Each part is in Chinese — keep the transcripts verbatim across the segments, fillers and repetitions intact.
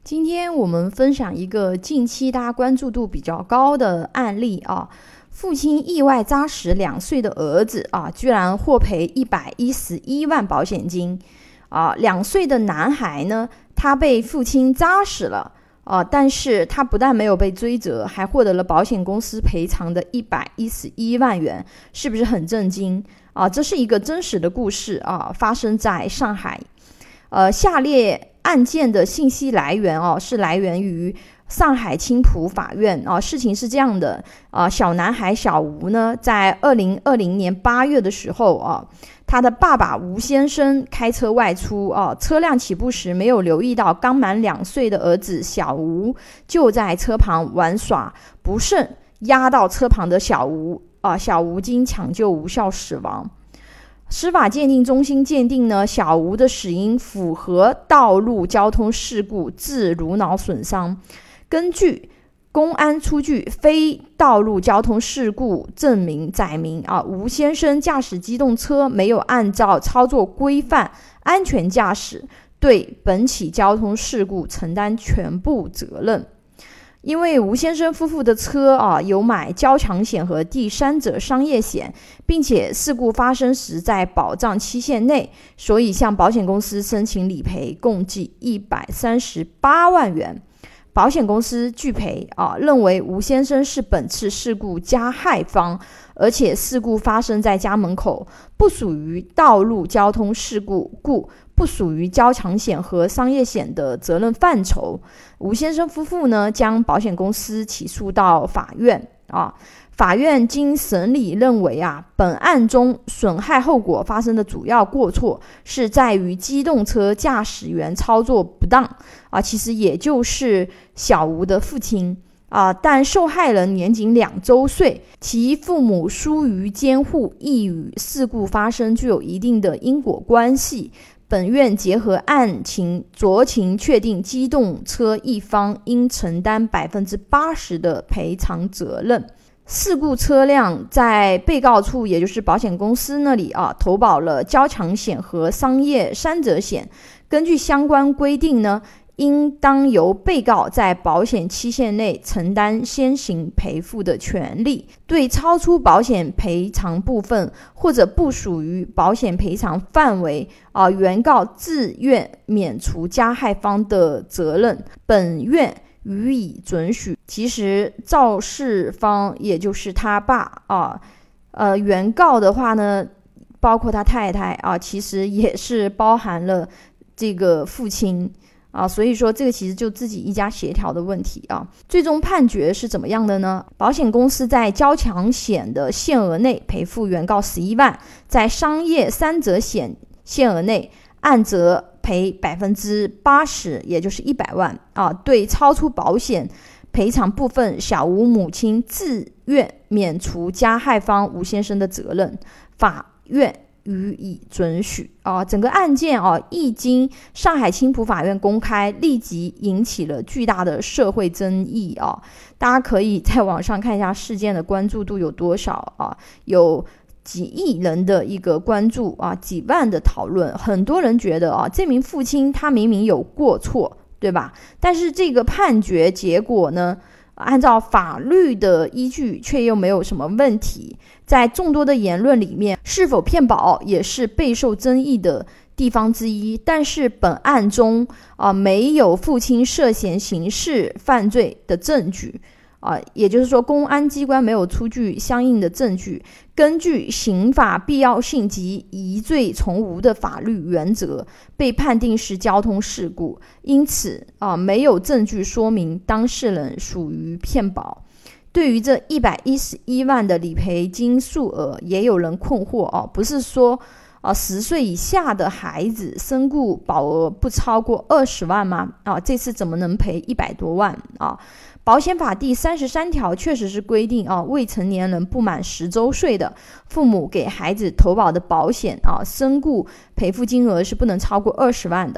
今天我们分享一个近期大家关注度比较高的案例啊，父亲意外扎死两岁的儿子啊，居然获赔一百一十一万保险金啊。两岁的男孩呢，他被父亲扎死了啊，但是他不但没有被追责，还获得了保险公司赔偿的一百一十一万元，是不是很震惊啊？这是一个真实的故事啊，发生在上海。呃，下列案件的信息来源哦，是来源于上海青浦法院啊。事情是这样的啊，小男孩小吴呢，在二零二零年八月的时候啊，他的爸爸吴先生开车外出啊，车辆起步时没有留意到刚满两岁的儿子小吴就在车旁玩耍，不慎压到车旁的小吴啊，小吴经抢救无效死亡。司法鉴定中心鉴定呢，小吴的死因符合道路交通事故致颅脑损伤。根据公安出具非道路交通事故证明载明啊，吴先生驾驶机动车没有按照操作规范安全驾驶，对本起交通事故承担全部责任。因为吴先生夫妇的车啊有买交强险和第三者商业险，并且事故发生时在保障期限内，所以向保险公司申请理赔，共计一百三十八万元。保险公司拒赔啊，认为吴先生是本次事故加害方，而且事故发生在家门口，不属于道路交通事故，故不属于交强险和商业险的责任范畴。吴先生夫妇呢，将保险公司起诉到法院啊。法院经审理认为啊，本案中损害后果发生的主要过错是在于机动车驾驶员操作不当啊，其实也就是小吴的父亲啊，但受害人年仅两周岁，其父母疏于监护，亦与事故发生具有一定的因果关系。本院结合案情酌情确定，机动车一方应承担百分之八十的赔偿责任。事故车辆在被告处，也就是保险公司那里啊，投保了交强险和商业三者险。根据相关规定呢，应当由被告在保险期限内承担先行赔付的权利，对超出保险赔偿部分或者不属于保险赔偿范围啊，原告自愿免除加害方的责任，本院予以准许。其实肇事方也就是他爸啊，呃，原告的话呢，包括他太太啊，其实也是包含了这个父亲啊，所以说这个其实就自己一家协调的问题啊。最终判决是怎么样的呢？保险公司在交强险的限额内赔付原告十一万，在商业三者险限额内按责赔百分之八十，也就是一百万啊。对超出保险赔偿部分，小吴母亲自愿免除加害方吴先生的责任，法院予以准许啊。整个案件啊，一经上海青浦法院公开，立即引起了巨大的社会争议啊。大家可以在网上看一下事件的关注度有多少啊，有几亿人的一个关注啊，几万的讨论。很多人觉得啊，这名父亲他明明有过错，对吧？但是这个判决结果呢，按照法律的依据却又没有什么问题。在众多的言论里面，是否骗保也是备受争议的地方之一。但是本案中啊，没有父亲涉嫌刑事犯罪的证据啊，也就是说公安机关没有出具相应的证据。根据刑法必要性及疑罪从无的法律原则，被判定是交通事故，因此啊，没有证据说明当事人属于骗保。对于这一百一十一万的理赔金数额，也有人困惑哦，不是说啊十岁以下的孩子身故保额不超过二十万吗？啊，这次怎么能赔一百多万啊？保险法第三十三条确实是规定啊，未成年人不满十周岁的父母给孩子投保的保险啊，身故赔付金额是不能超过二十万的。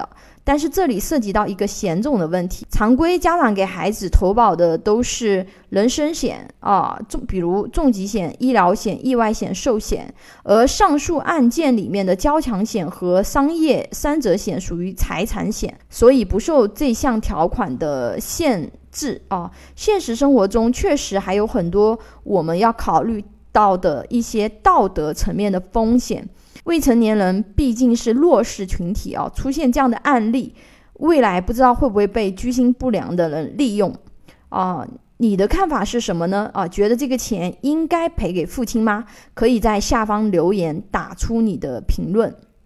但是这里涉及到一个险种的问题，常规家长给孩子投保的都是人身险啊，比如重疾险、医疗险、意外险、寿险，而上述案件里面的交强险和商业三者险属于财产险，所以不受这项条款的限制啊。现实生活中确实还有很多我们要考虑到的一些道德层面的风险。未成年人毕竟是弱势群体啊，出现这样的案例，未来不知道会不会被居心不良的人利用啊？你的看法是什么呢？啊，觉得这个钱应该赔给父亲吗？可以在下方留言打出你的评论。